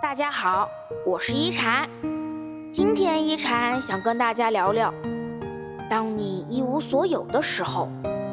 大家好，我是一禅。今天一禅想跟大家聊聊，当你一无所有的时候。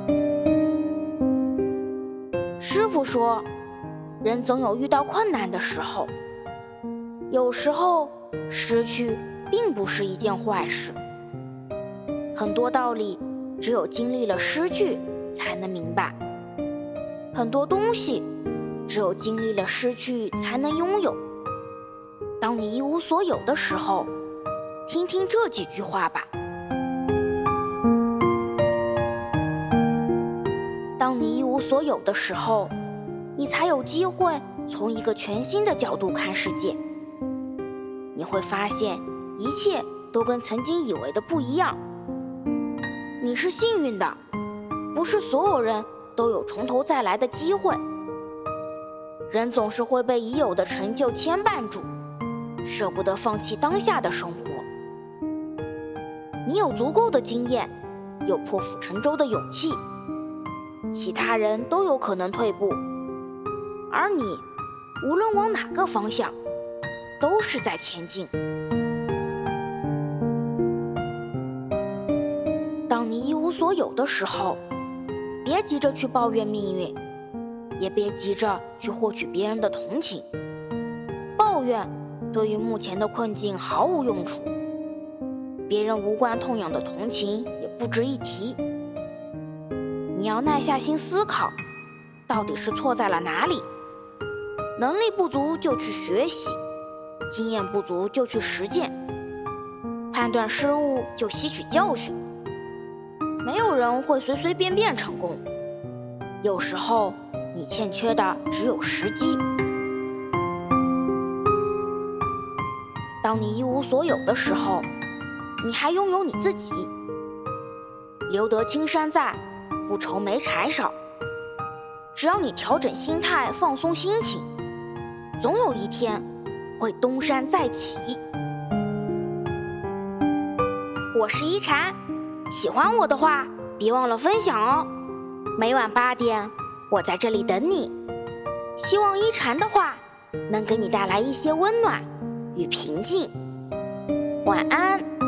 师父说，人总有遇到困难的时候，有时候失去并不是一件坏事。很多道理只有经历了失去才能明白，很多东西只有经历了失去才能拥有。当你一无所有的时候，听听这几句话吧。当你一无所有的时候，你才有机会从一个全新的角度看世界。你会发现一切都跟曾经以为的不一样。你是幸运的，不是所有人都有从头再来的机会。人总是会被已有的成就牵绊住，舍不得放弃当下的生活。你有足够的经验，有破釜沉舟的勇气，其他人都有可能退步，而你无论往哪个方向都是在前进。当你一无所有的时候，别急着去抱怨命运，也别急着去获取别人的同情。抱怨对于目前的困境毫无用处，别人无关痛痒的同情也不值一提。你要耐下心思考，到底是错在了哪里？能力不足就去学习，经验不足就去实践，判断失误就吸取教训。没有人会随随便便成功，有时候你欠缺的只有时机。当你一无所有的时候，你还拥有你自己。留得青山在，不愁没柴烧。只要你调整心态，放松心情，总有一天会东山再起。我是一禅，喜欢我的话别忘了分享哦。每晚8点我在这里等你，希望一禅的话能给你带来一些温暖与平静。晚安。